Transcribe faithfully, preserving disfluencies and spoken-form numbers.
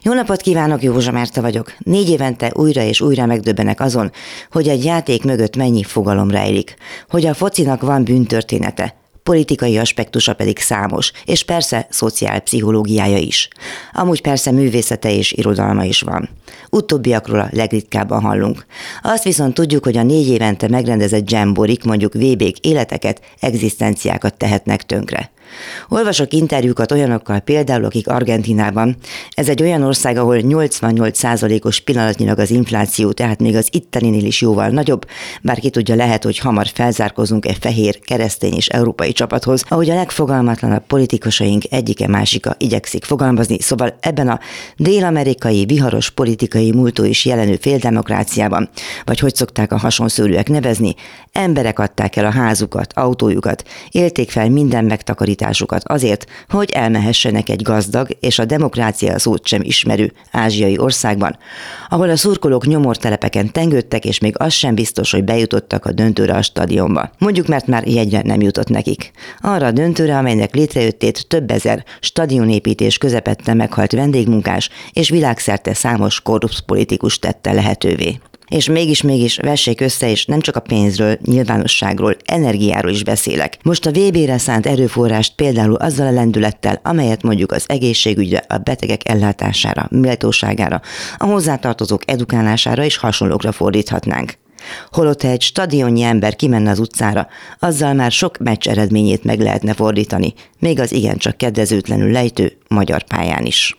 Jó napot kívánok, Józsa Márta vagyok. Négy évente újra és újra megdöbbenek azon, hogy egy játék mögött mennyi fogalom rejlik. Hogy a focinak van bűntörténete, politikai aspektusa pedig számos, és persze szociálpszichológiája is. Amúgy persze művészete és irodalma is van. Utóbbiakról a legritkábban hallunk. Azt viszont tudjuk, hogy a négy évente megrendezett dzsemborik, mondjuk vé bék életeket, egzisztenciákat tehetnek tönkre. Olvasok interjúkat olyanokkal például, akik Argentínában. Ez egy olyan ország, ahol nyolcvannyolc százalékos pillanatnyilag az infláció, tehát még az itteninél is jóval nagyobb, bár ki tudja, lehet, hogy hamar felzárkozunk egy fehér, keresztény és európai csapathoz, ahogy a legfogalmatlanabb politikusaink egyike-másika igyekszik fogalmazni, szóval ebben a dél-amerikai viharos politikai múltó is jelenő féldemokráciában, vagy hogy szokták a hasonszőrűek nevezni, emberek adták el a házukat, autójukat, élték fel minden megtakarítást azért, hogy elmehessenek egy gazdag és a demokrácia szót sem ismerő ázsiai országban, ahol a szurkolók nyomortelepeken tengődtek, és még az sem biztos, hogy bejutottak a döntőre a stadionba. Mondjuk, mert már jegyre nem jutott nekik. Arra a döntőre, amelynek létrejöttét több ezer stadionépítés közepette meghalt vendégmunkás és világszerte számos korrupt politikus tette lehetővé. És mégis-mégis vessék össze, és nem csak a pénzről, nyilvánosságról, energiáról is beszélek. Most a vé bére szánt erőforrást például azzal a lendülettel, amelyet mondjuk az egészségügyre, a betegek ellátására, méltóságára, a hozzátartozók edukálására és hasonlókra fordíthatnánk. Holott, ha egy stadionnyi ember kimenne az utcára, azzal már sok meccs eredményét meg lehetne fordítani, még az igencsak kedvezőtlenül lejtő magyar pályán is.